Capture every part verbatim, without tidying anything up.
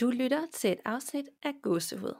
Du lytter til et afsnit af Gåsehud.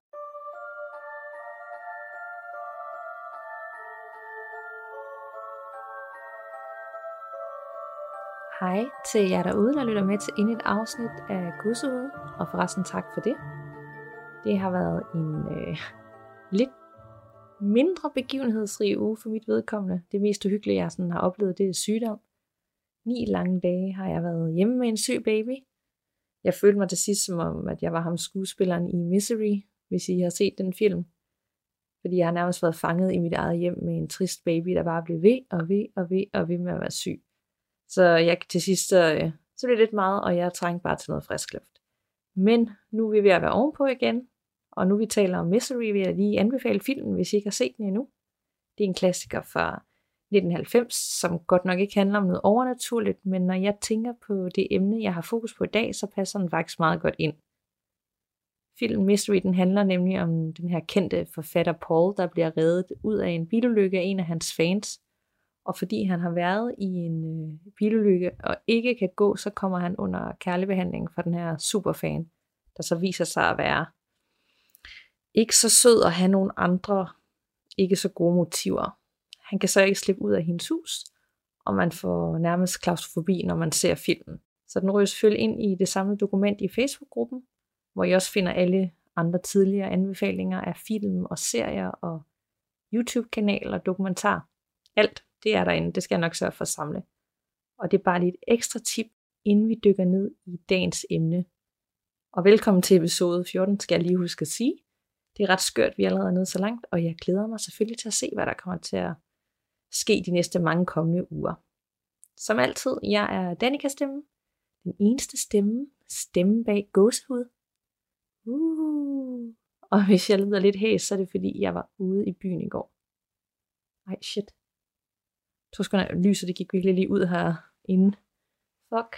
Hej til jer derude, der lytter med til endnu et afsnit af Gåsehud, og forresten tak for det. Det har været en øh, lidt mindre begivenhedsrig uge for mit vedkommende. Det mest uhyggelige, jeg sådan har oplevet, det er sygdom. Ni lange dage har jeg været hjemme med en syg baby. Jeg følte mig til sidst som om, at jeg var ham skuespilleren i Misery, hvis I har set den film. Fordi jeg har nærmest været fanget i mit eget hjem med en trist baby, der bare blev ved og ved og ved og ved med at være syg. Så jeg til sidst, så, så blev det lidt meget, og jeg trængte bare til noget frisk luft. Men nu er vi ved at være ovenpå igen, og nu vi taler om Misery, vil jeg lige anbefale filmen, hvis I ikke har set den endnu. Det er en klassiker fra nitten halvfems, som godt nok ikke handler om noget overnaturligt, men når jeg tænker på det emne, jeg har fokus på i dag, så passer den faktisk meget godt ind. Filmen Misery, den handler nemlig om den her kendte forfatter Paul, der bliver reddet ud af en bilulykke af en af hans fans. Og fordi han har været i en øh, bilulykke og ikke kan gå, så kommer han under kærlig behandling fra den her superfan, der så viser sig at være ikke så sød og have nogle andre ikke så gode motiver. Han kan så ikke slippe ud af hendes hus, og man får nærmest klaustrofobi, når man ser filmen. Så den ryger selvfølgelig ind i det samlede dokument i Facebook-gruppen, hvor I også finder alle andre tidligere anbefalinger af film og serier og YouTube-kanaler og dokumentar. Alt, det er derinde. Det skal jeg nok sørge for at samle. Og det er bare lige et ekstra tip, inden vi dykker ned i dagens emne. Og velkommen til episode fjorten, skal jeg lige huske at sige. Det er ret skørt, vi er allerede nede så langt, og jeg glæder mig selvfølgelig til at se, hvad der kommer til at ske de næste mange kommende uger. Som altid, jeg er Danika Stemme, den eneste stemme, stemme bag Gåsehud. Uh. Og hvis jeg lyder lidt hæs, så er det fordi, jeg var ude i byen i går. Ej, shit. Jeg tror sgu, at lyset det gik virkelig lige ud herinde. Fuck.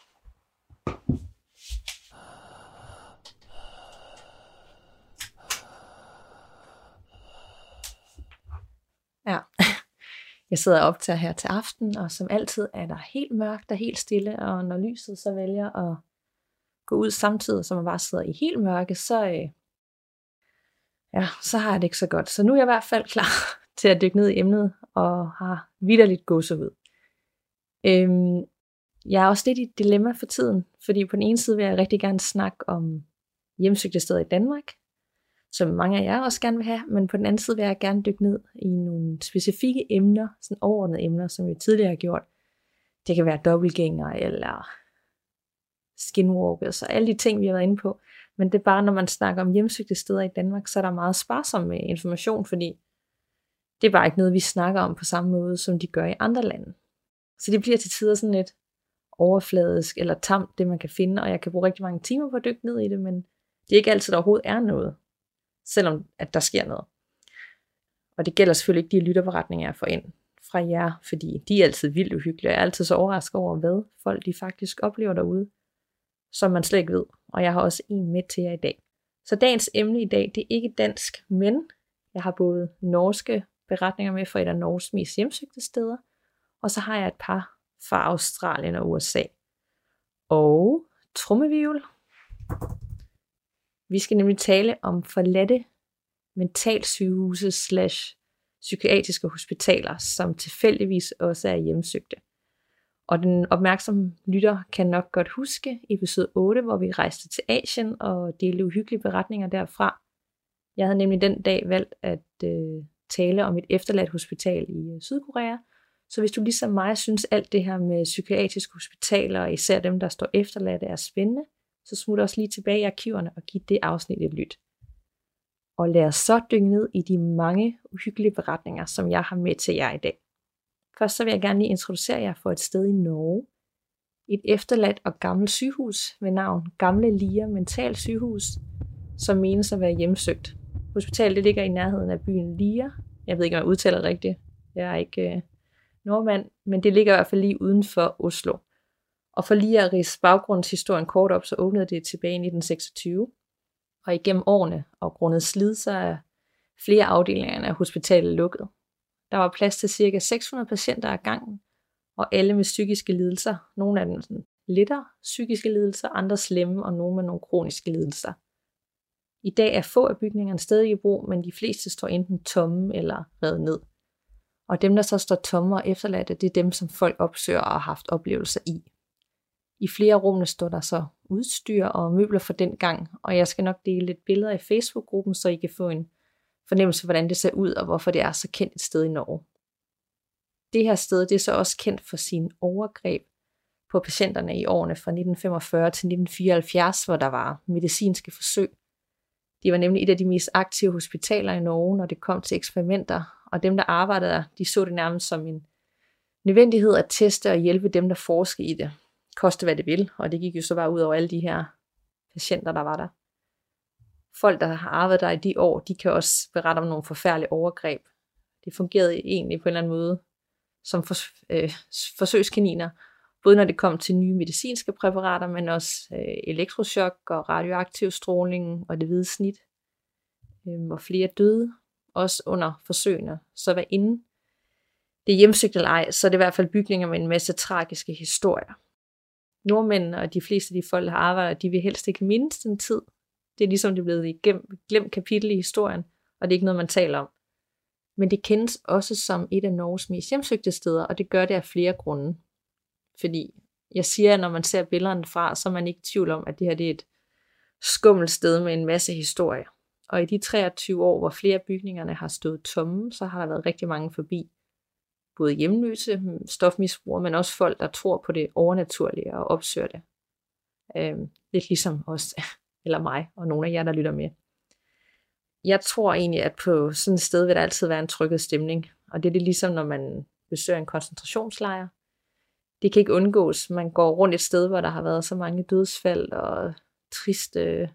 Ja. Jeg sidder og optager her til aften, og som altid er der helt mørkt og helt stille, og når lyset så vælger at gå ud samtidig, som man bare sidder i helt mørke, så, øh, ja, så har jeg det ikke så godt. Så nu er jeg i hvert fald klar til at dykke ned i emnet, og har vitterligt gåsehud. Øhm, jeg er også lidt i et dilemma for tiden, fordi på den ene side vil jeg rigtig gerne snakke om hjemsøgte steder i Danmark, som mange af jer også gerne vil have, men på den anden side vil jeg gerne dykke ned i nogle specifikke emner, sådan overordnede emner, som vi tidligere har gjort. Det kan være dobbeltgænger eller skinwalkers og alle de ting, vi har været inde på. Men det er bare, når man snakker om hjemsøgte steder i Danmark, så er der meget sparsom med information, fordi det er bare ikke noget, vi snakker om på samme måde, som de gør i andre lande. Så det bliver til tider sådan lidt overfladisk eller tamt, det man kan finde, og jeg kan bruge rigtig mange timer på at dykke ned i det, men det er ikke altid, der overhovedet er noget, selvom at der sker noget. Og det gælder selvfølgelig ikke de lytterberetninger, jeg får ind fra jer, fordi de er altid vildt uhyggelige, og jeg er altid så overrasket over, hvad folk de faktisk oplever derude, som man slet ikke ved. Og jeg har også en med til jer i dag. Så dagens emne i dag, det er ikke dansk, men jeg har både norske beretninger med fra et af Norges mest hjemsøgte steder, og så har jeg et par fra Australien og U S A. Og trommevirvel. Vi skal nemlig tale om forladte mentalsygehuse slash psykiatriske hospitaler, som tilfældigvis også er hjemsøgte. Og den opmærksomme lytter kan nok godt huske episode otte, hvor vi rejste til Asien og delte uhyggelige beretninger derfra. Jeg havde nemlig den dag valgt at øh, tale om et efterladt hospital i øh, Sydkorea. Så hvis du ligesom mig synes alt det her med psykiatriske hospitaler, og især dem, der står efterladte, er spændende, så smut også lige tilbage i arkiverne og giv det afsnit et lyt. Og lad os så dykke ned i de mange uhyggelige beretninger, som jeg har med til jer i dag. Først så vil jeg gerne lige introducere jer for et sted i Norge. Et efterladt og gammelt sygehus ved navn Gamle Lier Mental Sygehus, som menes at være hjemsøgt. Hospitalet det ligger i nærheden af byen Lier. Jeg ved ikke, om jeg udtaler det rigtigt. Jeg er ikke øh, nordmand, men det ligger i hvert fald lige uden for Oslo. Og for lige at ridse baggrundshistorien kort op, så åbnede det tilbage i nitten seksogtyve. Og igennem årene og grundet slid, så er flere afdelinger af hospitalet lukket. Der var plads til ca. seks hundrede patienter ad gangen, og alle med psykiske lidelser. Nogle af dem sådan lettere psykiske lidelser, andre slemme og nogle med nogle kroniske lidelser. I dag er få af bygningerne stadig i brug, men de fleste står enten tomme eller revet ned. Og dem, der så står tomme og efterladte, det er dem, som folk opsøger og har haft oplevelser i. I flere af rummene står der så udstyr og møbler fra den gang, og jeg skal nok dele lidt billeder i Facebook-gruppen, så I kan få en fornemmelse, hvordan det ser ud, og hvorfor det er så kendt et sted i Norge. Det her sted, det er så også kendt for sine overgreb på patienterne i årene fra nitten femogfyrre til nitten fireoghalvfjerds, hvor der var medicinske forsøg. De var nemlig et af de mest aktive hospitaler i Norge, når det kom til eksperimenter, og dem, der arbejdede der, de så det nærmest som en nødvendighed at teste og hjælpe dem, der forskede i det. Koste hvad det vil, og det gik jo så bare ud over alle de her patienter, der var der. Folk, der har arbejdet der i de år, de kan også berette om nogle forfærdelige overgreb. Det fungerede egentlig på en eller anden måde som for, øh, forsøgskaniner, både når det kom til nye medicinske præparater, men også øh, elektrochok og radioaktiv stråling og det hvide snit, øh, hvor flere døde, også under forsøgene. Så hvad inden det er hjemsøgt eller ej, så er det i hvert fald bygninger med en masse tragiske historier. Nordmændene og de fleste af de folk, der arbejder, de vil helst ikke mindes den tid. Det er ligesom det er blevet et glemt kapitel i historien, og det er ikke noget, man taler om. Men det kendes også som et af Norges mest hjemsøgte steder, og det gør det af flere grunde. Fordi jeg siger, at når man ser billederne fra, så er man ikke i tvivl om, at det her det er et skummelt sted med en masse historier. Og i de treogtyve år, hvor flere af bygningerne har stået tomme, så har der været rigtig mange forbi. Både hjemløse, stofmisbrugere, men også folk, der tror på det overnaturlige og opsøger det. Øhm, lidt ligesom os, eller mig, og nogle af jer, der lytter med. Jeg tror egentlig, at på sådan et sted vil der altid være en trykket stemning. Og det er det ligesom, når man besøger en koncentrationslejr. Det kan ikke undgås. Man går rundt et sted, hvor der har været så mange dødsfald og triste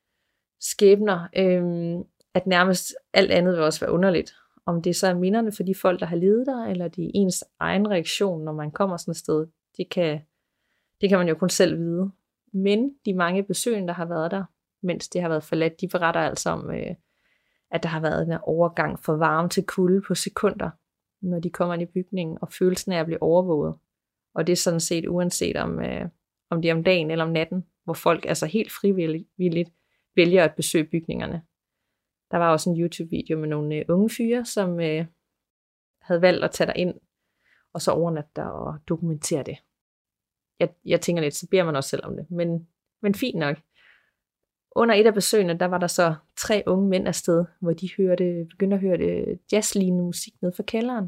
skæbner, øhm, at nærmest alt andet vil også være underligt. Om det så er minderne for de folk, der har levet der, eller det er ens egen reaktion, når man kommer sådan et sted, det kan, det kan man jo kun selv vide. Men de mange besøgende, der har været der, mens det har været forladt, de beretter altså om, øh, at der har været en overgang fra varme til kulde på sekunder, når de kommer ind i bygningen, og følelsen af at blive overvåget. Og det er sådan set uanset om, øh, om det er om dagen eller om natten, hvor folk altså helt frivilligt vælger at besøge bygningerne. Der var også en YouTube-video med nogle øh, unge fyre, som øh, havde valgt at tage dig ind, og så overnatte der og dokumentere det. Jeg, jeg tænker lidt, så beder man også selv om det, men, men fint nok. Under et af besøgene, der var der så tre unge mænd afsted, hvor de hørte, begyndte at høre det jazzlignende musik ned fra kælderen.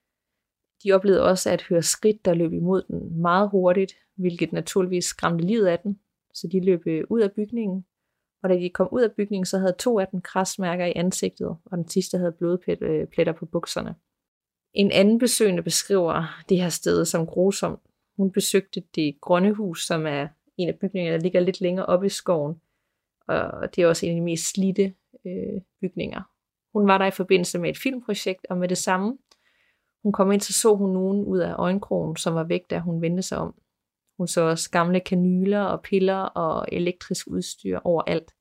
De oplevede også at høre skridt, der løb imod den meget hurtigt, hvilket naturligvis skræmte livet af den, så de løb ud af bygningen. Og da de kom ud af bygningen, så havde to af dem kradsmærker i ansigtet, og den sidste havde blodpletter på bukserne. En anden besøgende beskriver det her sted som grusomt. Hun besøgte det grønne hus, som er en af bygningerne, der ligger lidt længere oppe i skoven. Og det er også en af de mest slidte øh, bygninger. Hun var der i forbindelse med et filmprojekt, og med det samme, hun kom ind, så så hun nogen ud af øjenkrogen, som var væk, da hun vendte sig om. Hun så også gamle kanyler og piller og elektrisk udstyr overalt.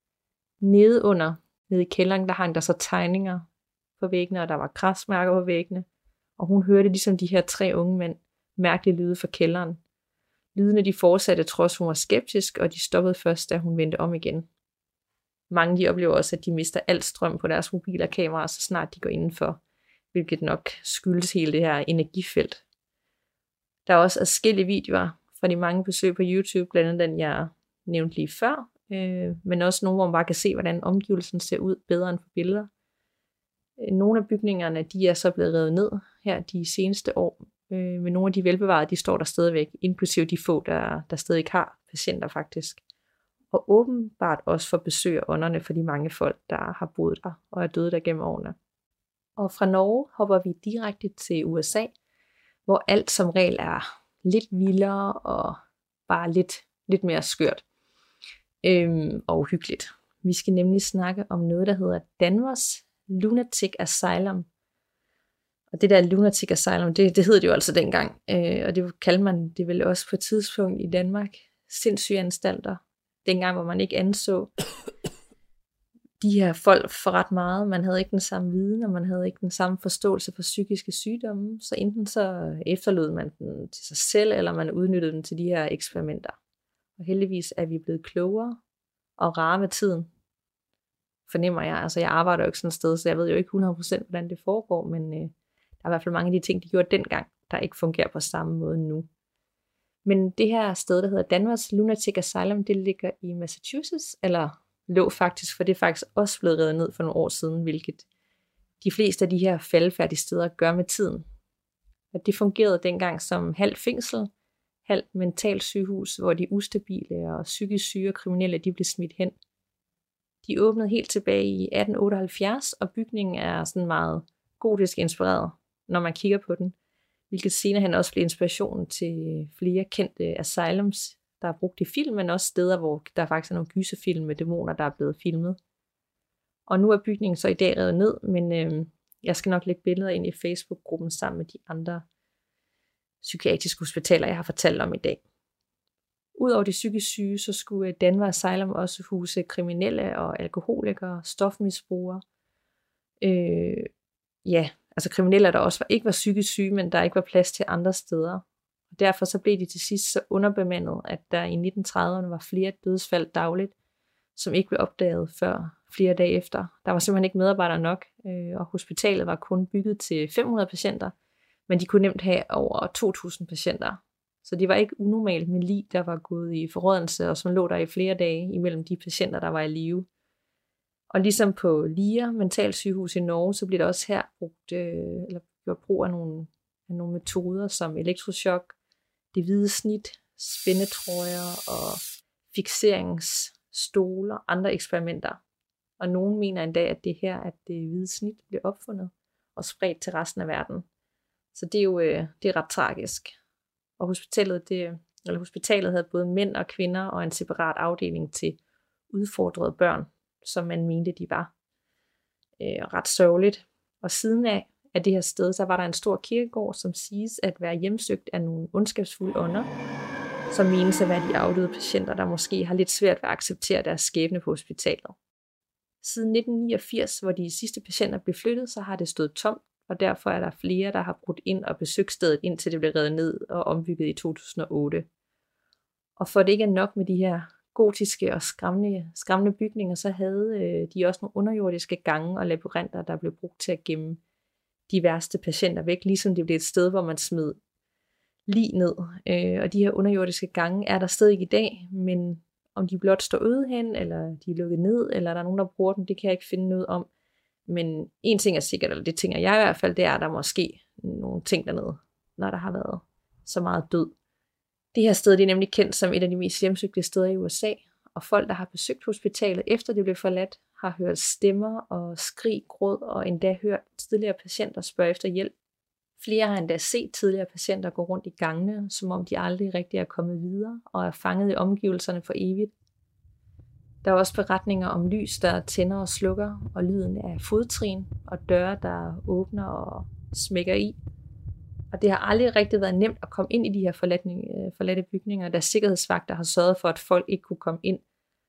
Nede under, nede i kælderen, der hang der så tegninger på væggene, og der var kradsmærker på væggene. Og hun hørte ligesom de her tre unge mænd mærkelige lyde fra kælderen. Lydene de fortsatte, trods hun var skeptisk, og de stoppede først, da hun vendte om igen. Mange de oplever også, at de mister al strøm på deres mobiler og kameraer, så snart de går indenfor, hvilket nok skyldes hele det her energifelt. Der er også adskillige videoer fra de mange besøg på YouTube, blandt andet den, jeg nævnte lige før, øh, men også nogle, hvor man bare kan se, hvordan omgivelsen ser ud bedre end på billeder. Nogle af bygningerne, de er så blevet revet ned her de seneste år, øh, men nogle af de velbevarede, de står der stadigvæk, inklusive de få, der, der stadig har patienter faktisk. Og åbenbart også for besøg af ånderne for de mange folk, der har boet der og er døde der gennem årene. Og fra Norge hopper vi direkte til U S A, hvor alt som regel er lidt vildere og bare lidt, lidt mere skørt øhm, og uhyggeligt. Vi skal nemlig snakke om noget, der hedder Danvers Lunatic Asylum. Og det der Lunatic Asylum, det, det hed det jo altså dengang, øh, og det kaldte man det vel også på et tidspunkt i Danmark. Sindssyge anstalter. Dengang, hvor man ikke anså de her folk for ret meget. Man havde ikke den samme viden, og man havde ikke den samme forståelse for psykiske sygdomme, så enten så efterlod man den til sig selv, eller man udnyttede den til de her eksperimenter. Og heldigvis er vi blevet klogere og rare med tiden, fornemmer jeg. Altså jeg arbejder jo ikke sådan et sted, så jeg ved jo ikke hundrede procent, hvordan det foregår, men øh, der er i hvert fald mange af de ting, de gjorde dengang, der ikke fungerer på samme måde nu. Men det her sted, der hedder Danvers Lunatic Asylum, det ligger i Massachusetts, eller lå faktisk, for det er faktisk også blevet revet ned for nogle år siden, hvilket de fleste af de her faldefærdige steder gør med tiden. At det fungerede dengang som halvt fængsel, halvt mentalt sygehus, hvor de ustabile og psykisk syge og kriminelle, de blev smidt hen. De åbnede helt tilbage i atten otteoghalvfjerds, og bygningen er sådan meget gotisk inspireret, når man kigger på den, hvilket senere hen også blev inspirationen til flere kendte asylums, der er brugt i film, men også steder, hvor der faktisk er nogle gyserfilm med dæmoner, der er blevet filmet. Og nu er bygningen så i dag revet ned, men øh, jeg skal nok lægge billeder ind i Facebook-gruppen sammen med de andre psykiatriske hospitaler, jeg har fortalt om i dag. Udover de psykisk syge, så skulle Danvers Asylum også huse kriminelle og alkoholikere, stofmisbrugere. Øh, ja, altså kriminelle, der også var, ikke var psykisk syge, men der ikke var plads til andre steder. Og derfor så blev de til sidst så underbemandet, at der i nitten trediverne var flere dødsfald dagligt, som ikke blev opdaget før flere dage efter. Der var simpelthen ikke medarbejdere nok, øh, og hospitalet var kun bygget til fem hundrede patienter, men de kunne nemt have over to tusind patienter. Så det var ikke unormalt med lig, der var gået i forrådnelse, og som lå der i flere dage imellem de patienter, der var i live. Og ligesom på Lier mentalsygehus i Norge, så bliver der også her brugt, øh, eller gjort brug af nogle, af nogle metoder som elektrochok, det hvide snit, spændetrøjer og fikseringsstole og andre eksperimenter. Og nogen mener endda, at det her, at det hvide snit blev opfundet og spredt til resten af verden. Så det er jo øh, det er ret tragisk. Og hospitalet, det, eller hospitalet havde både mænd og kvinder og en separat afdeling til udfordrede børn, som man mente, de var. Øh, ret sørgeligt. Og siden af, af det her sted, så var der en stor kirkegård, som siges at være hjemsøgt af nogle ondskabsfulde ånder, som menes at være de afdøde patienter, der måske har lidt svært ved at acceptere deres skæbne på hospitalet. Siden nitten niogfirs, hvor de sidste patienter blev flyttet, så har det stået tomt, og derfor er der flere, der har brudt ind og besøgt stedet, indtil det blev revet ned og ombygget i to tusind og otte. Og for det ikke er nok med de her gotiske og skræmmende, skræmmende bygninger, så havde øh, de også nogle underjordiske gange og labyrinter, der blev brugt til at gemme de værste patienter væk, ligesom det blev et sted, hvor man smed lig ned. Øh, og de her underjordiske gange er der stadig i dag, men om de blot står øde hen, eller de er lukket ned, eller der er nogen, der bruger dem, det kan jeg ikke finde noget om. Men en ting er sikkert, eller det tænker jeg i hvert fald, det er, at der måske nogle ting dernede, når der har været så meget død. Det her sted det er nemlig kendt som et af de mest hjemsøgte steder i U S A, og folk, der har besøgt hospitalet, efter det blev forladt, har hørt stemmer og skrig, gråd, og endda hørt tidligere patienter spørge efter hjælp. Flere har endda set tidligere patienter gå rundt i gangene, som om de aldrig rigtig er kommet videre, og er fanget i omgivelserne for evigt. Der er også beretninger om lys, der tænder og slukker, og lyden af fodtrin og døre, der åbner og smækker i. Og det har aldrig rigtig været nemt at komme ind i de her forladte bygninger, da sikkerhedsvagter har sørget for, at folk ikke kunne komme ind.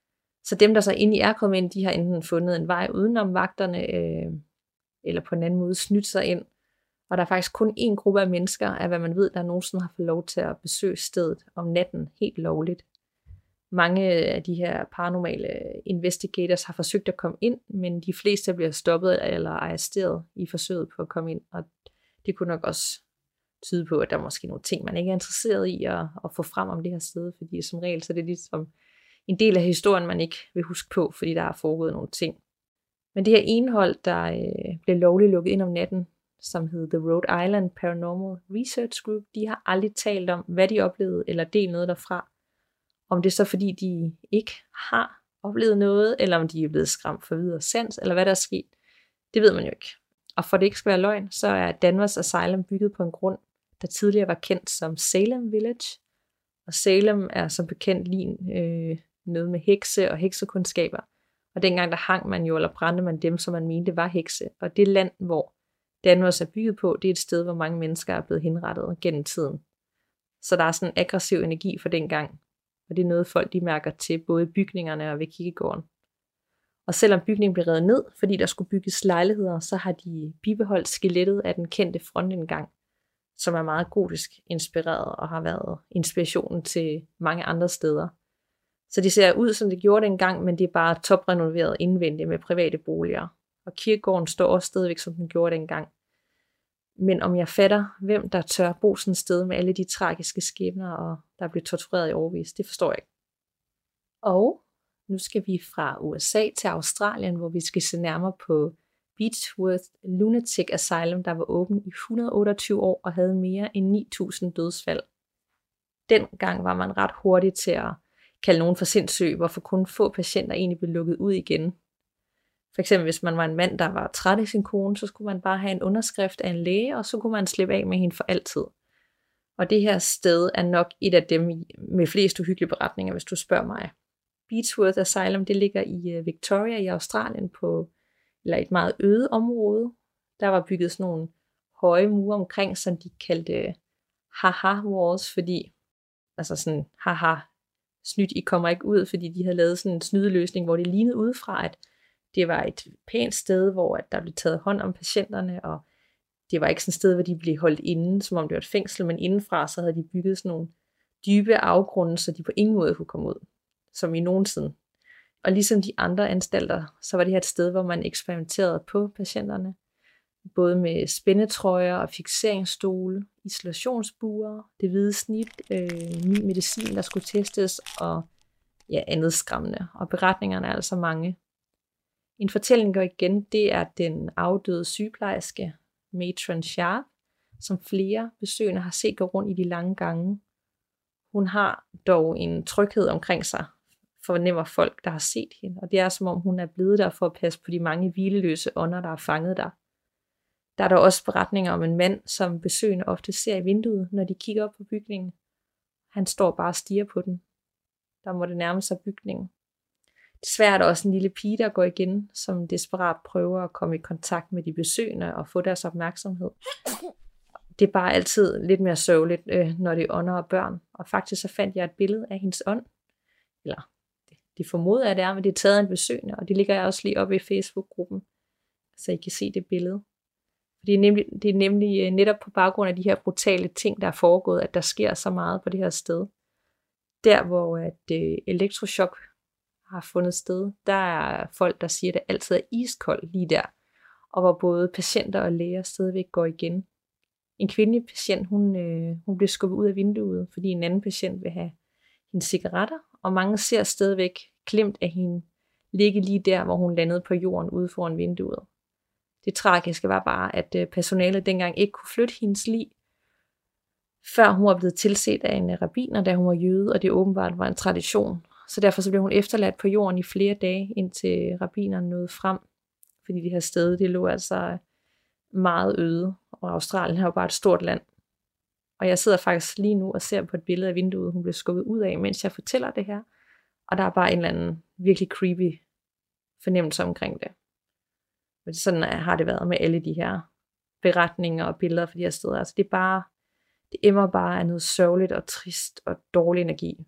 Så dem, der så egentlig er kommet ind, de har enten fundet en vej udenom vagterne, øh, eller på en anden måde snydt sig ind. Og der er faktisk kun én gruppe af mennesker, af hvad man ved, der nogensinde har fået lov til at besøge stedet om natten helt lovligt. Mange af de her paranormale investigators har forsøgt at komme ind, men de fleste bliver stoppet eller arresteret i forsøget på at komme ind. Og det kunne nok også tyde på, at der er måske nogle ting, man ikke er interesseret i at, at få frem om det her sted, fordi som regel så er det ligesom en del af historien, man ikke vil huske på, fordi der er foregået nogle ting. Men det her enhold, der øh, blev lovligt lukket ind om natten, som hed The Rhode Island Paranormal Research Group, de har aldrig talt om, hvad de oplevede, eller delt noget derfra. Om det er så fordi, de ikke har oplevet noget, eller om de er blevet skræmt for videre sans, eller hvad der er sket, det ved man jo ikke. Og for det ikke skal være løgn, så er Danvers Asylum bygget på en grund, der tidligere var kendt som Salem Village. Og Salem er som bekendt lige øh, noget med hekse og heksekundskaber. Og dengang der hang man jo, eller brændte man dem, som man mente var hekse. Og det land, hvor Danvers er bygget på, det er et sted, hvor mange mennesker er blevet henrettet gennem tiden. Så der er sådan en aggressiv energi for dengang. Og det er noget, folk de mærker til, både i bygningerne og ved kirkegården. Og selvom bygningen blev revet ned, fordi der skulle bygges lejligheder, så har de bibeholdt skelettet af den kendte frontindgang, som er meget gotisk inspireret og har været inspirationen til mange andre steder. Så det ser ud, som det gjorde dengang, men det er bare toprenoveret indvendigt med private boliger. Og kirkegården står også stadigvæk, som den gjorde dengang. Men om jeg fatter, hvem der tør bo sådan et sted med alle de tragiske skæbner, og der bliver tortureret i årevis, det forstår jeg ikke. Og nu skal vi fra U S A til Australien, hvor vi skal se nærmere på Beechworth Lunatic Asylum, der var åben i et hundrede og otteogtyve år og havde mere end ni tusind dødsfald. Dengang var man ret hurtig til at kalde nogen for sindssyg, hvorfor kun få patienter egentlig blev lukket ud igen. For eksempel hvis man var en mand, der var træt af sin kone, så skulle man bare have en underskrift af en læge, og så kunne man slippe af med hende for altid. Og det her sted er nok et af dem med flest uhyggelige beretninger, hvis du spørger mig. Beechworth Asylum, det ligger i Victoria i Australien på eller et meget øde område. Der var bygget sådan nogle høje mure omkring, som de kaldte haha walls, fordi altså sådan haha snydt, I kommer ikke ud, fordi de havde lavet sådan en snydeløsning, hvor det lignede udefra, at det var et pænt sted, hvor at der blev taget hånd om patienterne, og det var ikke sådan et sted, hvor de blev holdt inde, som om det var et fængsel, men indenfra så havde de bygget sådan nogle dybe afgrunde, så de på ingen måde kunne komme ud, som i nogensinde. Og ligesom de andre anstalter, så var det her et sted, hvor man eksperimenterede på patienterne, både med spændetrøjer og fikseringsstole, isolationsbuer, det hvide snit, øh, ny medicin, der skulle testes, og ja, andet skræmmende. Og beretningerne er altså mange. En fortælling går igen, det er den afdøde sygeplejerske Matron Sharp, som flere besøgende har set gå rundt i de lange gange. Hun har dog en tryghed omkring sig, fornemmer folk, der har set hende, og det er som om hun er blevet der for at passe på de mange hvileløse ånder, der er fanget der. Der er der også beretninger om en mand, som besøgende ofte ser i vinduet, når de kigger op på bygningen. Han står bare og stiger på den. Der må det nærme sig bygningen. Desværre er der også en lille pige, der går igen, som desperat prøver at komme i kontakt med de besøgende og få deres opmærksomhed. Det er bare altid lidt mere sørgeligt, når det er ånder og børn. Og faktisk så fandt jeg et billede af hendes ånd. Eller det formoder jeg det er, men det er taget af en besøgende, og det ligger jeg også lige oppe i Facebook-gruppen, så I kan se det billede. Det er, nemlig, det er nemlig netop på baggrund af de her brutale ting, der er foregået, at der sker så meget på det her sted. Der, hvor at, øh, elektrochok har fundet sted, der er folk, der siger, at det altid er iskoldt lige der, og hvor både patienter og læger stadigvæk går igen. En kvindelig patient, hun, øh, hun blev skubbet ud af vinduet, fordi en anden patient vil have hendes cigaretter, og mange ser stadigvæk klemt af hende ligge lige der, hvor hun landede på jorden ude foran vinduet. Det tragiske var bare, at personalet dengang ikke kunne flytte hendes lig, før hun var blevet tilset af en rabbiner, da hun var jøde, og det åbenbart var en tradition. Så derfor så blev hun efterladt på jorden i flere dage, indtil rabbineren nåede frem, fordi det her sted, det lå altså meget øde, og Australien er jo bare et stort land. Og jeg sidder faktisk lige nu og ser på et billede af vinduet, hun blev skubbet ud af, mens jeg fortæller det her. Og der er bare en eller anden virkelig creepy fornemmelse omkring det. Men sådan har det været med alle de her beretninger og billeder fra de her steder. Altså det er bare, det emmer bare af noget sørgeligt og trist og dårlig energi.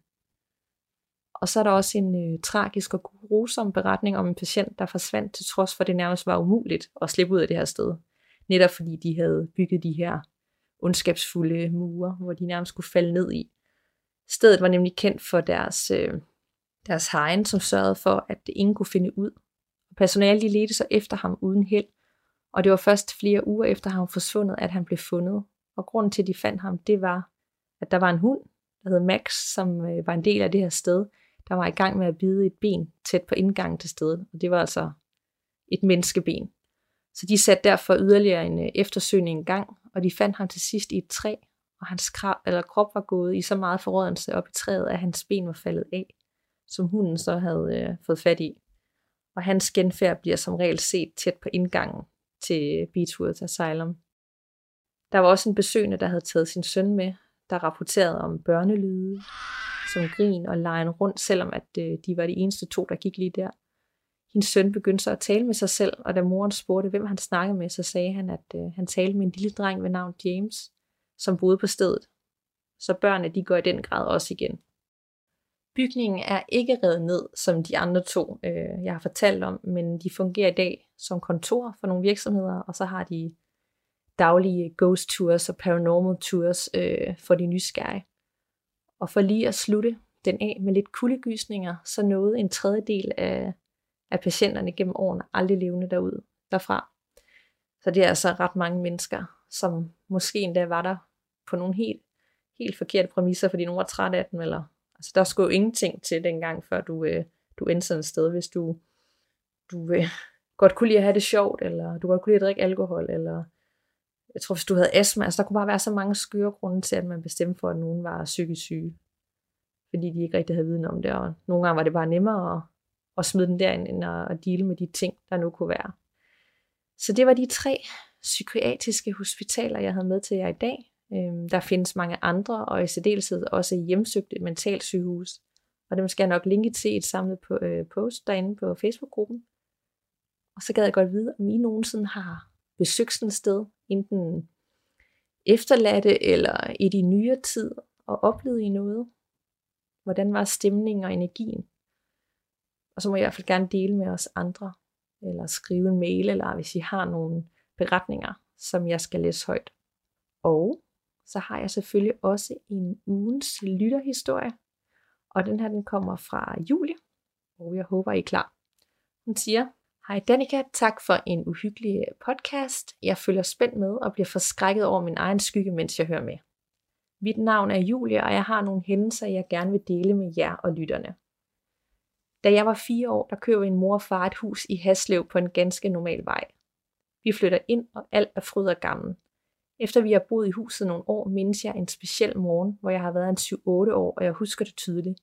Og så er der også en øh, tragisk og grusom beretning om en patient, der forsvandt til trods for, at det nærmest var umuligt at slippe ud af det her sted. Netop fordi de havde bygget de her ondskabsfulde mure, hvor de nærmest skulle falde ned i. Stedet var nemlig kendt for deres, øh, deres hegn, som sørgede for, at ingen kunne finde ud. Og personalet de ledte så efter ham uden held, og det var først flere uger efter ham forsvundet, at han blev fundet. Og grunden til, at de fandt ham, det var, at der var en hund, der hed Max, som øh, var en del af det her sted, der var i gang med at bide et ben tæt på indgangen til stedet. Og det var altså et menneskeben. Så de satte derfor yderligere en øh, eftersøgning i gang, og de fandt ham til sidst i et træ, og hans krop, eller krop var gået i så meget forrådnelse op i træet, at hans ben var faldet af, som hunden så havde øh, fået fat i. Og hans genfærd bliver som regel set tæt på indgangen til Beechworth Asylum. Der var også en besøgende, der havde taget sin søn med, der rapporterede om børnelyde, som grin og legen rundt, selvom at øh, de var de eneste to, der gik lige der. Hendes søn begyndte så at tale med sig selv, og da moren spurgte, hvem han snakkede med, så sagde han, at øh, han talte med en lille dreng ved navn James, som boede på stedet. Så børnene, de går i den grad også igen. Bygningen er ikke revet ned, som de andre to, øh, jeg har fortalt om, men de fungerer i dag som kontor for nogle virksomheder, og så har de daglige ghost tours og paranormal tours øh, for de nysgerrige. Og for lige at slutte den af med lidt kuldegysninger, så nåede en tredjedel af, af patienterne gennem årene aldrig levende derud, derfra. Så det er altså ret mange mennesker, som måske endda var der på nogle helt, helt forkerte præmisser, fordi nogen var træt af dem, eller altså der skulle jo ingenting til dengang, før du, øh, du endte sådan et sted, hvis du, du øh, godt kunne lide at have det sjovt, eller du godt kunne lide at drikke alkohol, eller jeg tror, hvis du havde astma, altså der kunne bare være så mange skøre grunde til, at man bestemte for, at nogen var psykisk syge, fordi de ikke rigtig havde viden om det, og nogle gange var det bare nemmere at, at smide den derind, end at, at deale med de ting, der nu kunne være. Så det var de tre psykiatriske hospitaler, jeg havde med til jer i dag. Øhm, der findes mange andre, og i særdeleshed også hjemsøgte mentalsygehus. Og dem skal jeg nok linke til et samlet på, øh, post derinde på Facebook-gruppen. Og så gad jeg godt vide, om I nogensinde har besøgt sådan et sted, enten efterladte eller i de nyere tid, og oplevet I noget. Hvordan var stemningen og energien? Og så må jeg i hvert fald gerne dele med os andre, eller skrive en mail, eller hvis I har nogle beretninger, som jeg skal læse højt. Og så har jeg selvfølgelig også en ugens lytterhistorie, og den her den kommer fra Julie, og jeg håber I er klar. Hun siger: Hej Danika, tak for en uhyggelig podcast. Jeg følger spændt med og bliver forskrækket over min egen skygge, mens jeg hører med. Mit navn er Julie, og jeg har nogle hændelser, jeg gerne vil dele med jer og lytterne. Da jeg var fire år, der købte min mor og far et hus i Haslev på en ganske normal vej. Vi flytter ind, og alt er fryd og gammel. Efter vi har boet i huset nogle år, mindes jeg en speciel morgen, hvor jeg har været en syv otte år, og jeg husker det tydeligt.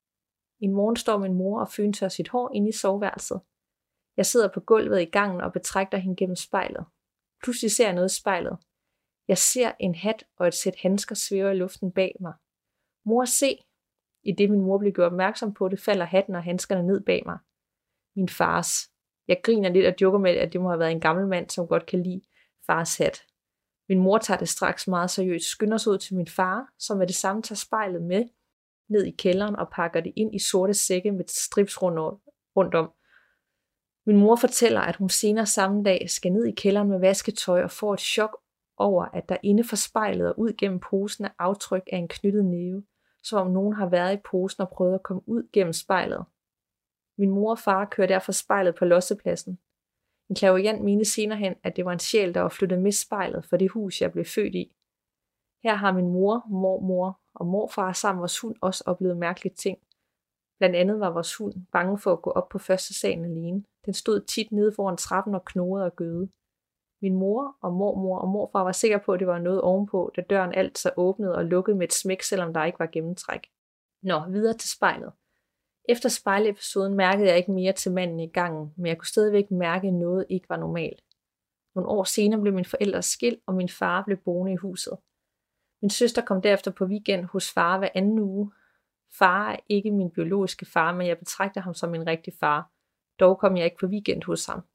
En morgen står min mor og føntør sit hår inde i soveværelset. Jeg sidder på gulvet i gangen og betragter hende gennem spejlet. Pludselig ser jeg noget i spejlet. Jeg ser en hat og et sæt handsker svæver i luften bag mig. Mor, se! I det min mor blev gjort opmærksom på det, falder hatten og handskerne ned bag mig. Min fars. Jeg griner lidt og joker med, at det må have været en gammel mand, som godt kan lide fars hat. Min mor tager det straks meget seriøst, skynder sig ud til min far, som med det samme tager spejlet med ned i kælderen og pakker det ind i sorte sække med strips rundt om. Min mor fortæller, at hun senere samme dag skal ned i kælderen med vasketøj og får et chok over, at der inde for spejlet og ud gennem posen er aftryk af en knyttet næve, som om nogen har været i posen og prøvet at komme ud gennem spejlet. Min mor og far kører derfor spejlet på lossepladsen. En clairvoyant mente senere hen, at det var en sjæl, der var flyttet med spejlet for det hus, jeg blev født i. Her har min mor, mormor og morfar sammen vores hund også oplevet mærkelige ting. Blandt andet var vores hund bange for at gå op på første salen alene. Den stod tit nede foran trappen og knurrede og gøede. Min mor og mormor og morfar var sikre på, at det var noget ovenpå, da døren altid åbnede og lukkede med et smæk, selvom der ikke var gennemtræk. Nå, videre til spejlet. Efter spejlepisoden mærkede jeg ikke mere til manden i gangen, men jeg kunne stadigvæk mærke, at noget ikke var normalt. Nogle år senere blev mine forældre skilt, og min far blev boende i huset. Min søster kom derefter på weekend hos far hver anden uge. Far er ikke min biologiske far, men jeg betragter ham som min rigtig far. Dog kom jeg ikke på weekend hos ham.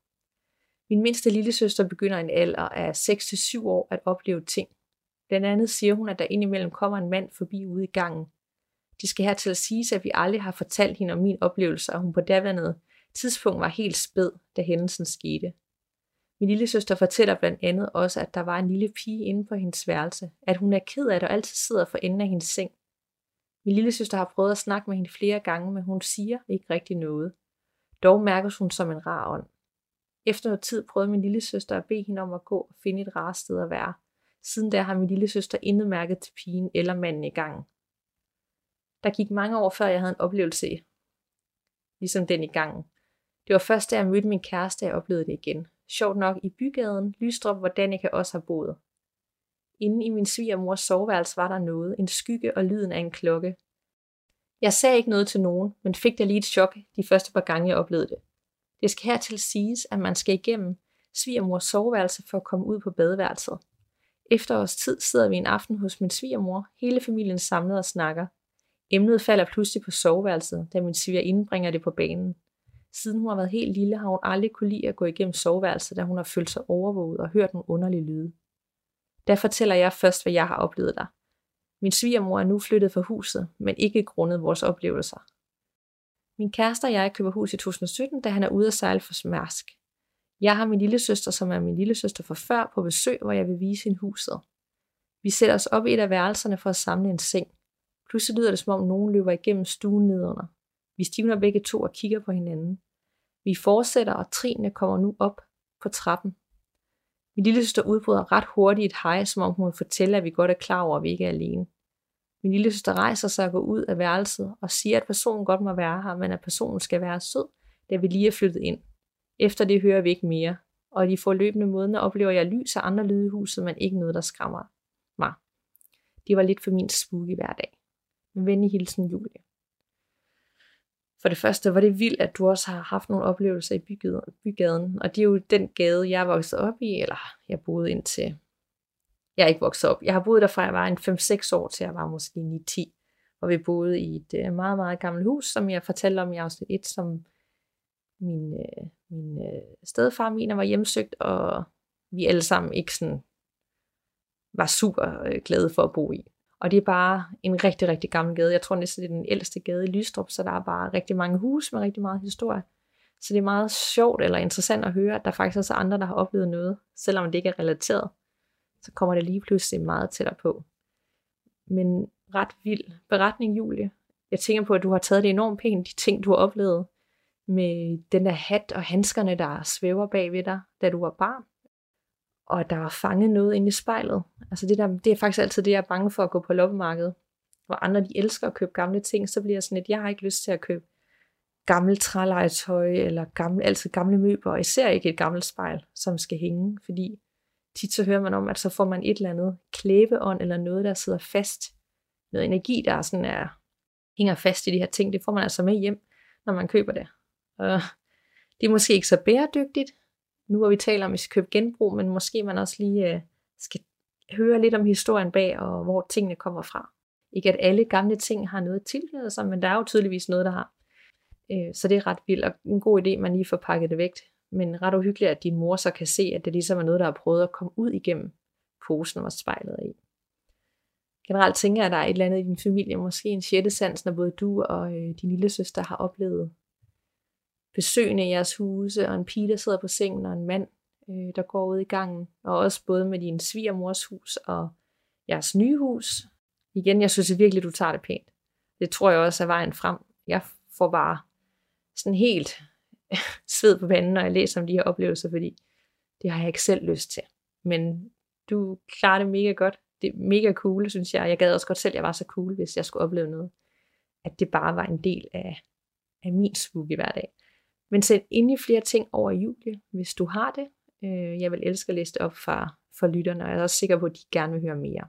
Min mindste lillesøster begynder i en alder af seks til syv år at opleve ting. Blandt andet siger hun, at der indimellem kommer en mand forbi ude i gangen. Det skal hertil siges, at vi aldrig har fortalt hende om min oplevelse, og hun på daværende tidspunkt var helt spæd, da hændelsen skete. Min lillesøster fortæller blandt andet også, at der var en lille pige inde på hendes værelse, at hun er ked af det og altid sidder for enden af hendes seng. Min lillesøster har prøvet at snakke med hende flere gange, men hun siger ikke rigtig noget. Dog mærkes hun som en rar ånd. Efter noget tid prøvede min lillesøster at bede hende om at gå og finde et rart sted at være. Siden da har min lillesøster intet mærket til pigen eller manden i gangen. Der gik mange år før jeg havde en oplevelse, ligesom den i gangen. Det var først da jeg mødte min kæreste, jeg oplevede det igen. Sjovt nok i bygaden, Lystrup, hvor Danika også har boet. Inde i min svigermors soveværelse var der noget, en skygge og lyden af en klokke. Jeg sagde ikke noget til nogen, men fik da lige et chok de første par gange, jeg oplevede det. Det skal hertil siges, at man skal igennem svigermors soveværelse for at komme ud på badeværelset. Efter års tid sidder vi en aften hos min svigermor, hele familien samlet og snakker. Emnet falder pludselig på soveværelset, da min svigerinde bringer det på banen. Siden hun har været helt lille, har hun aldrig kunne lide at gå igennem soveværelset, da hun har følt sig overvåget og hørt nogle underlige lyde. Der fortæller jeg først, hvad jeg har oplevet der. Min svigermor er nu flyttet fra huset, men ikke grundet vores oplevelser. Min kæreste og jeg køber hus i to tusind og sytten, da han er ude at sejle for Mærsk. Jeg har min lillesøster, som er min lillesøster fra før, på besøg, hvor jeg vil vise hende huset. Vi sætter os op i et af værelserne for at samle en seng. Pludselig lyder det, som om nogen løber igennem stuen nedunder. Vi stivner begge to og kigger på hinanden. Vi fortsætter, og trinene kommer nu op på trappen. Min lillesøster udbryder ret hurtigt et hej, som om hun vil fortælle, at vi godt er klar over, at vi ikke er alene. Min lillesøster rejser sig og går ud af værelset og siger, at personen godt må være her, men at personen skal være sød, da vi lige er flyttet ind. Efter det hører vi ikke mere, og i de forløbende måneder oplever jeg lys og andre lyde i huset, men ikke noget, der skræmmer mig. Det var lidt for min spooky hverdag. Med venlig hilsen, Julie. For det første var det vildt, at du også har haft nogle oplevelser i bygaden, og det er jo den gade, jeg er vokset op i, eller jeg boede indtil... Jeg er ikke vokset op. Jeg har boet der fra jeg var en fem seks år til jeg var måske ni ti, hvor vi boede i et meget, meget gammelt hus, som jeg fortalte om i afsnit et, som min, min stedfar mener var hjemsøgt, og vi alle sammen ikke sådan var super glade for at bo i. Og det er bare en rigtig, rigtig gammel gade. Jeg tror næsten, det er den ældste gade i Lystrup, så der er bare rigtig mange huse med rigtig meget historie. Så det er meget sjovt eller interessant at høre, at der faktisk også er andre, der har oplevet noget, selvom det ikke er relateret. Så kommer det lige pludselig meget tættere på. Men ret vild beretning, Julie. Jeg tænker på, at du har taget det enormt pænt, de ting, du har oplevet, med den der hat og handskerne, der svæver bag ved dig, da du var barn. Og der var fanget noget inde i spejlet. Altså det, der, det er faktisk altid det, jeg er bange for at gå på loppemarkedet. Hvor andre de elsker at købe gamle ting, så bliver jeg sådan lidt, jeg har ikke lyst til at købe gammelt trælegetøj, eller gamle, altid gamle møbler, og især ikke et gammelt spejl, som skal hænge, fordi tit så hører man om, at så får man et eller andet klæbeånd, eller noget, der sidder fast. Noget energi, der sådan er, hænger fast i de her ting, det får man altså med hjem, når man køber det. Og det er måske ikke så bæredygtigt, nu hvor vi taler om, at vi skal købe genbrug, men måske man også lige øh, skal høre lidt om historien bag, og hvor tingene kommer fra. Ikke at alle gamle ting har noget tilknyttet sig, men der er jo tydeligvis noget, der har. Øh, så det er ret vildt, og en god idé, man lige får pakket det væk. Men ret uhyggeligt, at din mor så kan se, at det ligesom er noget, der har prøvet at komme ud igennem posen, hvor spejlet er i. Generelt tænker jeg, at der er et eller andet i din familie, måske en sjette sans, når både du og øh, din lille søster har oplevet besøgende i jeres huse, og en pige, der sidder på sengen, og en mand, øh, der går ud i gangen, og også både med din svigermors hus og jeres nye hus. Igen, jeg synes virkelig, du tager det pænt. Det tror jeg også er vejen frem. Jeg får bare sådan helt sved på panden, når jeg læser om de her oplevelser, fordi det har jeg ikke selv lyst til. Men du klarer det mega godt. Det er mega cool, synes jeg. Jeg gad også godt selv, at jeg var så cool, hvis jeg skulle opleve noget. At det bare var en del af, af min spooky hverdag. Men sæt ind i flere ting over Julie, hvis du har det. Jeg vil elske at læse det op for, for lytterne, og jeg er også sikker på, at de gerne vil høre mere.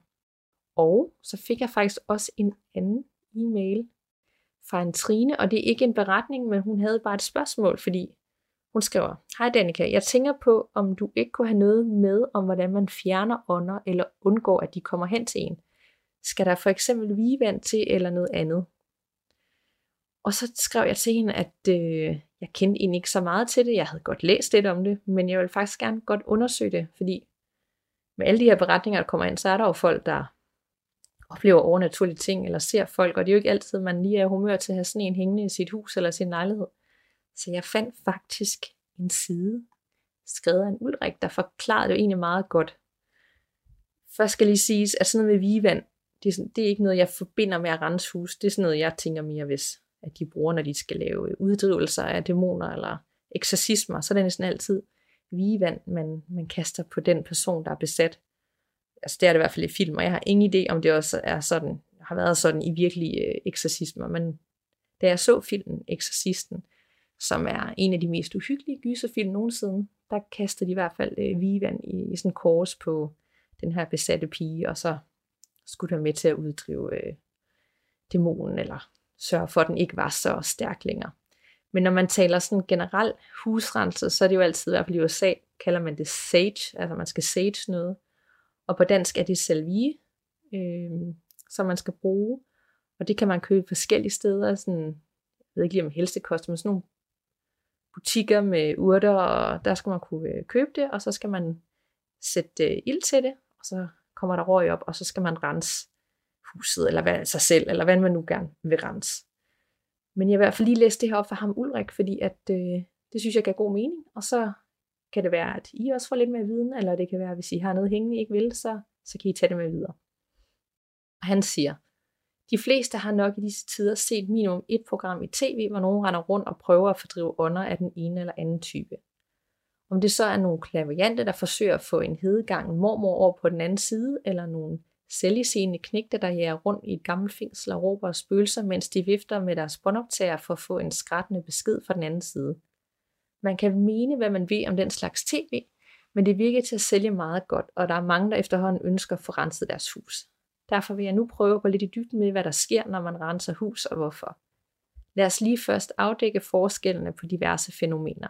Og så fik jeg faktisk også en anden e-mail fra en Trine, og det er ikke en beretning, men hun havde bare et spørgsmål, fordi hun skriver: Hej Danika, jeg tænker på, om du ikke kunne have noget med, om hvordan man fjerner ånder, eller undgår, at de kommer hen til en. Skal der for eksempel vigevand til, eller noget andet? Og så skrev jeg til hende, at øh, jeg kendte egentlig ikke så meget til det. Jeg havde godt læst lidt om det, men jeg vil faktisk gerne godt undersøge det, fordi med alle de her beretninger, der kommer ind, så er der jo folk, der oplever overnaturlige ting, eller ser folk, og det er jo ikke altid, man lige er i humør til at have sådan en hængende i sit hus, eller sin lejlighed. Så jeg fandt faktisk en side, skrevet af en Ulrik, der forklarede det jo egentlig meget godt. Først skal lige siges, at sådan noget med vigevand, det er, sådan, det er ikke noget, jeg forbinder med at rense hus. Det er sådan noget, jeg tænker mere, hvis at de bruger, når de skal lave uddrivelser af dæmoner, eller eksorcismer, så er det næsten altid vigevand, man, man kaster på den person, der er besat. Altså det er det i hvert fald i film, og jeg har ingen idé, om det også er sådan, har været sådan i virkelige øh, eksorcismer, men da jeg så filmen Eksorcisten, som er en af de mest uhyggelige gyserfilm nogensinde, der kastede de i hvert fald øh, vigevand i, i sådan en kors på den her besatte pige, og så skulle der med til at uddrive øh, dæmonen, eller sørge for, at den ikke var så stærk længere. Men når man taler sådan generelt husrenset, så er det jo altid, i hvert fald i U S A, kalder man det sage, altså man skal sage noget. Og på dansk er det salvie, øh, som man skal bruge. Og det kan man købe forskellige steder. Sådan, jeg ved ikke lige om helsekost, men sådan nogle butikker med urter, og der skal man kunne købe det. Og så skal man sætte ild til det, og så kommer der røg op, og så skal man rense huset, eller hvad, sig selv, eller hvad man nu gerne vil rense. Men jeg vil i hvert fald lige læse det her op for ham Ulrik, fordi at, øh, det synes jeg giver god mening, og så kan det være, at I også får lidt mere viden, eller det kan være, at hvis I har noget hængende, I ikke vil, så, så kan I tage det med videre. Og han siger, de fleste har nok i disse tider set minimum et program i tv, hvor nogen render rundt og prøver at fordrive ånder af den ene eller anden type. Om det så er nogle klaverjante, der forsøger at få en hedegang mormor over på den anden side, eller nogle selviseende knægte, der jager rundt i et gammelt fængsel og råber og spøgelser, mens de vifter med deres båndoptager for at få en skrættende besked fra den anden side. Man kan mene, hvad man ved om den slags tv, men det virker til at sælge meget godt, og der er mange, der efterhånden ønsker at få renset deres hus. Derfor vil jeg nu prøve at gå lidt i dybden med, hvad der sker, når man renser hus og hvorfor. Lad os lige først afdække forskellene på diverse fænomener.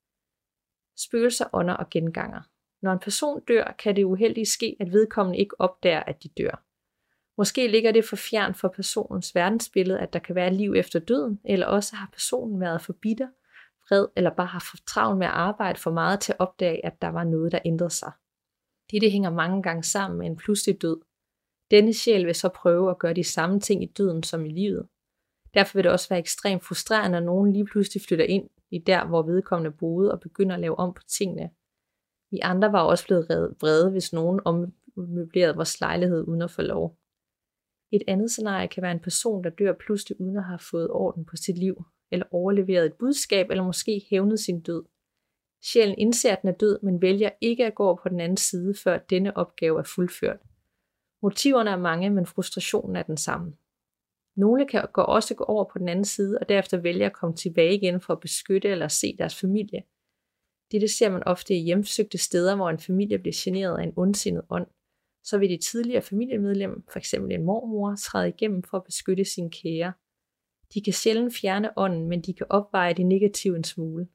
Spøgelser, ånder og genganger. Når en person dør, kan det uheldigt ske, at vedkommende ikke opdager, at de dør. Måske ligger det for fjern for personens verdensbillede, at der kan være liv efter døden, eller også har personen været for bitter, vred eller bare har for travlt med at arbejde for meget til at opdage, at der var noget, der ændrede sig. Dette hænger mange gange sammen med en pludselig død. Denne sjæl vil så prøve at gøre de samme ting i døden som i livet. Derfor vil det også være ekstremt frustrerende, når nogen lige pludselig flytter ind i der, hvor vedkommende boede og begynder at lave om på tingene. Vi andre var også blevet vrede, hvis nogen ommøblerede vores lejlighed uden at få lov. Et andet scenarie kan være en person, der dør pludselig uden at have fået orden på sit liv, eller overleveret et budskab, eller måske hævnet sin død. Sjælen indser, at den er død, men vælger ikke at gå på den anden side, før denne opgave er fuldført. Motiverne er mange, men frustrationen er den samme. Nogle kan gå også gå over på den anden side, og derefter vælge at komme tilbage igen for at beskytte eller se deres familie. Dette ser man ofte i hjemsøgte steder, hvor en familie bliver generet af en ondsindet ånd. Så vil de tidligere familiemedlem, f.eks. en mormor, træde igennem for at beskytte sine kære. De kan sjældent fjerne ånden, men de kan opveje det negative en smule.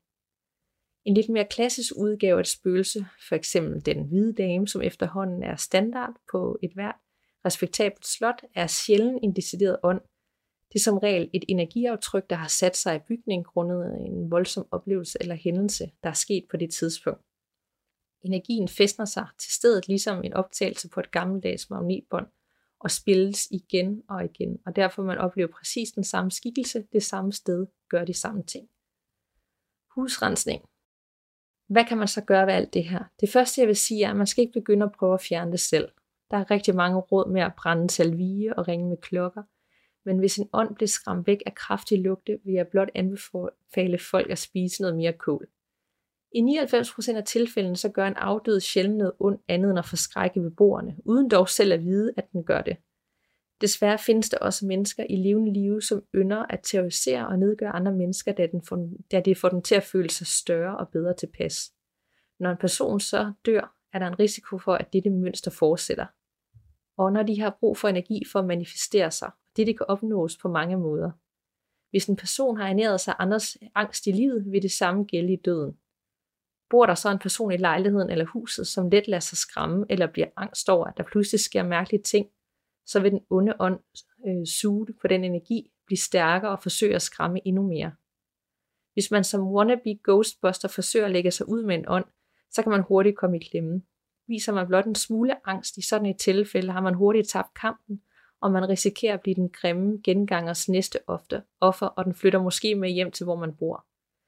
En lidt mere klassisk udgave af et spøgelse, f.eks. den hvide dame, som efterhånden er standard på et hvert respektabelt slot, er sjældent en decideret ånd. Det er som regel et energiaftryk, der har sat sig i bygningen grundet en voldsom oplevelse eller hændelse, der er sket på det tidspunkt. Energien fæstner sig til stedet ligesom en optagelse på et gammeldags magnetbånd og spilles igen og igen, og derfor man oplever præcis den samme skikkelse, det samme sted, gør de samme ting. Husrensning. Hvad kan man så gøre ved alt det her? Det første jeg vil sige er, at man skal ikke begynde at prøve at fjerne det selv. Der er rigtig mange råd med at brænde salvie og ringe med klokker, men hvis en ånd bliver skræmt væk af kraftig lugte, vil jeg blot anbefale folk at spise noget mere kål. I nioghalvfems procent af tilfældene så gør en afdød sjældent noget ondt andet end at forskrække beboerne, uden dog selv at vide, at den gør det. Desværre findes der også mennesker i levende live, som ynder at terrorisere og nedgøre andre mennesker, da, den får, da det får dem til at føle sig større og bedre tilpas. Når en person så dør, er der en risiko for, at dette mønster fortsætter. Og når de har brug for energi for at manifestere sig, dette kan opnås på mange måder. Hvis en person har ernæret sig andres angst i livet, vil det samme gælde i døden. Bor der så en person i lejligheden eller huset, som let lader sig skræmme eller bliver angst over, at der pludselig sker mærkelige ting, så vil den onde ånd øh, suge på den energi, blive stærkere og forsøge at skræmme endnu mere. Hvis man som wannabe ghostbuster forsøger at lægge sig ud med en ånd, så kan man hurtigt komme i klemme. Viser man blot en smule angst i sådan et tilfælde, har man hurtigt tabt kampen, og man risikerer at blive den grimme gengangers næste offer, og den flytter måske med hjem til, hvor man bor.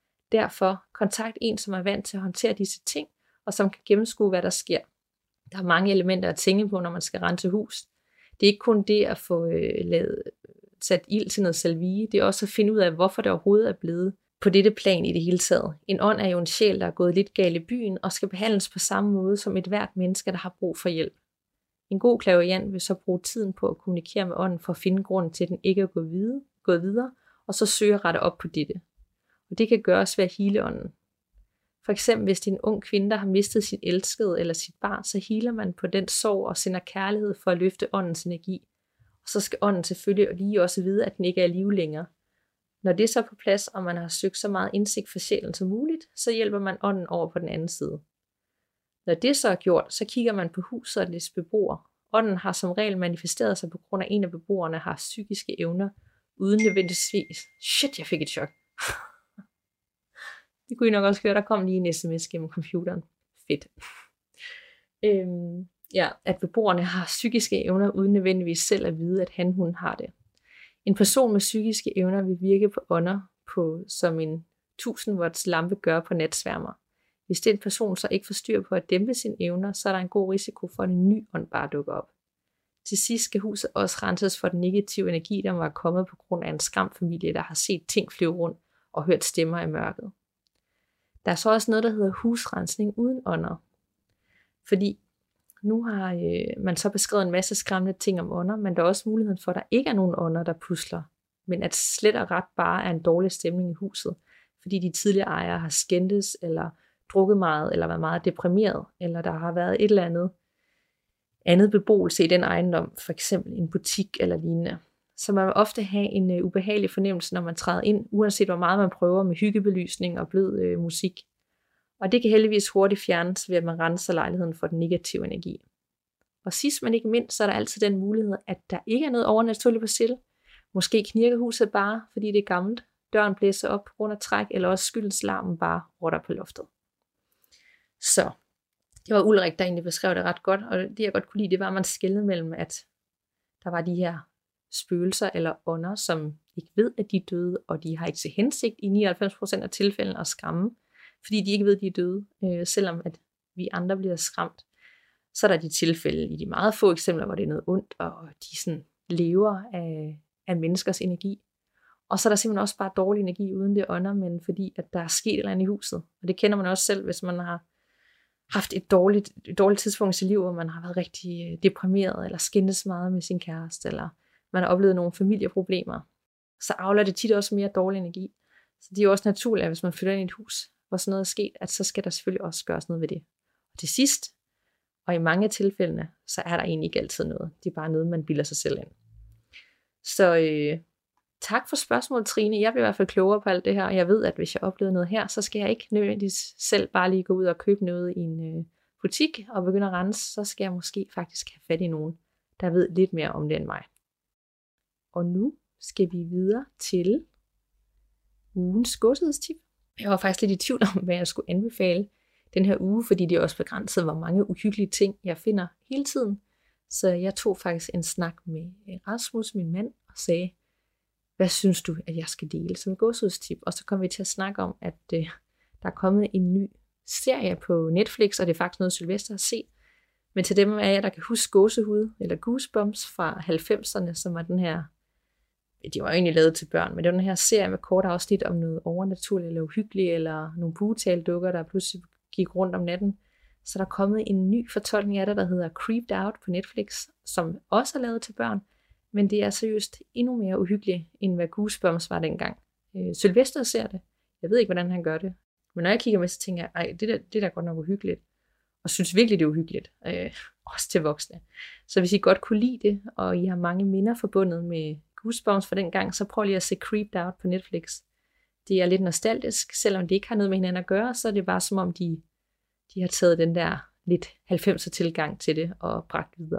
Derfor kontakt en, som er vant til at håndtere disse ting, og som kan gennemskue, hvad der sker. Der er mange elementer at tænke på, når man skal rense hus. Det er ikke kun det at få øh, lavet, sat ild til noget salvie, det er også at finde ud af, hvorfor det overhovedet er blevet på dette plan i det hele taget. En ånd er jo en sjæl, der er gået lidt galt i byen, og skal behandles på samme måde som et hvert menneske, der har brug for hjælp. En god clairvoyant vil så bruge tiden på at kommunikere med ånden for at finde grunden til, at den ikke er gået videre, gået videre og så søge at rette op på dette. Og det kan gøres ved at hele ånden. For eksempel hvis det er en ung kvinde, der har mistet sin elskede eller sit barn, så healer man på den sorg og sender kærlighed for at løfte åndens energi. Og så skal ånden selvfølgelig lige også vide, at den ikke er i live længere. Når det er så på plads, og man har søgt så meget indsigt for sjælen som muligt, så hjælper man ånden over på den anden side. Når det så er gjort, så kigger man på huset og dets beboere. Ånden har som regel manifesteret sig på grund af, at en af beboerne har psykiske evner, uden nødvendigvis. Shit, jeg fik et chok. Det kunne I nok også høre, der kom lige en sms gennem computeren. Fedt. Øhm, ja, at beboerne har psykiske evner, uden nødvendigvis selv at vide, at han, hun har det. En person med psykiske evner vil virke på ånder, på, som en tusind watts lampe gør på natsværmer. Hvis den person så ikke får styr på at dæmpe sine evner, så er der en god risiko for, at en ny ånd bare dukker op. Til sidst skal huset også renses for den negative energi, der var kommet på grund af en skræmt familie, der har set ting flyve rundt og hørt stemmer i mørket. Der er så også noget, der hedder husrensning uden ånder. Fordi nu har øh, man så beskrevet en masse skræmmende ting om ånder, men der er også muligheden for, at der ikke er nogen ånder, der pusler, men at slet og ret bare er en dårlig stemning i huset, fordi de tidligere ejere har skændtes, eller drukket meget, eller været meget deprimeret, eller der har været et eller andet andet beboelse i den ejendom, for eksempel en butik eller lignende. Så man vil ofte have en uh, ubehagelig fornemmelse, når man træder ind, uanset hvor meget man prøver med hyggebelysning og blød uh, musik. Og det kan heldigvis hurtigt fjernes ved, at man renser lejligheden for den negative energi. Og sidst men ikke mindst, så er der altid den mulighed, at der ikke er noget overnaturligt på spil. Måske knirker huset bare, fordi det er gammelt. Døren blæser op på grund af træk, eller også skyldes larmen bare rotter på loftet. Så det var Ulrik, der egentlig beskrev det ret godt, og det jeg godt kunne lide, det var, at man skelnede mellem, at der var de her spøgelser eller ånder, som ikke ved, at de er døde, og de har ikke til hensigt i nioghalvfems procent af tilfældene at skræmme, fordi de ikke ved, at de er døde, øh, selvom at vi andre bliver skræmt. Så er der de tilfælde i de meget få eksempler, hvor det er noget ondt, og de sådan lever af, af menneskers energi. Og så er der simpelthen også bare dårlig energi uden det ånder, men fordi at der er sket et eller andet i huset. Og det kender man også selv, hvis man har haft et dårligt, et dårligt tidspunkt i sit liv, hvor man har været rigtig deprimeret, eller skændes meget med sin kæreste, eller man har oplevet nogle familieproblemer. Så afler det tit også mere dårlig energi. Så det er jo også naturligt, at hvis man flytter ind i et hus, hvor sådan noget er sket, at så skal der selvfølgelig også gøres noget ved det. Og til sidst, og i mange tilfældene, så er der egentlig ikke altid noget. Det er bare noget, man bilder sig selv ind. Så øh, tak for spørgsmålet, Trine. Jeg bliver i hvert fald klogere på alt det her, og jeg ved, at hvis jeg oplever noget her, så skal jeg ikke nødvendigvis selv bare lige gå ud og købe noget i en øh, butik og begynde at rense. Så skal jeg måske faktisk have fat i nogen, der ved lidt mere om det end mig. Og nu skal vi videre til ugens gåsehedstip. Jeg var faktisk lidt i tvivl om, hvad jeg skulle anbefale den her uge, fordi det er også begrænset, hvor mange uhyggelige ting jeg finder hele tiden. Så jeg tog faktisk en snak med Rasmus, min mand, og sagde, hvad synes du, at jeg skal dele som et gåsehedstip? Og så kom vi til at snakke om, at øh, der er kommet en ny serie på Netflix, og det er faktisk noget, Sylvester har set. Men til dem af jer, der kan huske gåsehud, eller Goosebumps fra halvfemserne, som var den her, de var egentlig lavet til børn, men det var den her serie med kort afsnit om noget overnaturligt eller uhyggeligt, eller nogle buetaldukker, der pludselig gik rundt om natten. Så der er kommet en ny fortolkning af det, der hedder Creeped Out på Netflix, som også er lavet til børn, men det er seriøst endnu mere uhyggeligt, end hvad Goosebumps var dengang. Øh, Sylvester ser det. Jeg ved ikke, hvordan han gør det. Men når jeg kigger med, så tænker jeg, ej, det der, det der er godt nok uhyggeligt. Og synes virkelig, det er uhyggeligt. Øh, også til voksne. Så hvis I godt kunne lide det, og I har mange minder forbundet med Goosebumps fra dengang, så prøv lige at se Creeped Out på Netflix. Det er lidt nostalgisk, selvom det ikke har noget med hinanden at gøre, så er det bare som om, de, de har taget den der lidt halvfemser tilgang til det og bragt videre.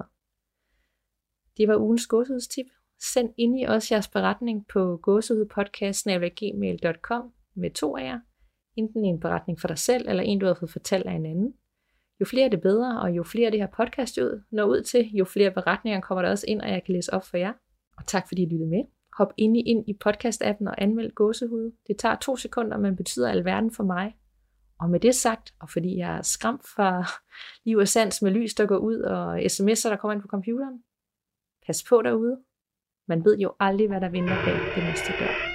Det var ugens gåsehudstip. Send ind i også jeres beretning på gåsehudpodcast snabel-a gmail punktum com med to af jer. Enten en beretning for dig selv, eller en, du har fået fortalt af en anden. Jo flere det bedre, og jo flere det her podcast ud, når ud til, jo flere beretninger kommer der også ind, og jeg kan læse op for jer. Og tak fordi I lyttede med. Hop ind i, ind i podcast-appen og anmeld gåsehud. Det tager to sekunder, men betyder alverden for mig. Og med det sagt, og fordi jeg er skræmt fra liv og sans med lys, der går ud, og sms'er, der kommer ind på computeren, pas på derude. Man ved jo aldrig, hvad der venter bag det næste dør.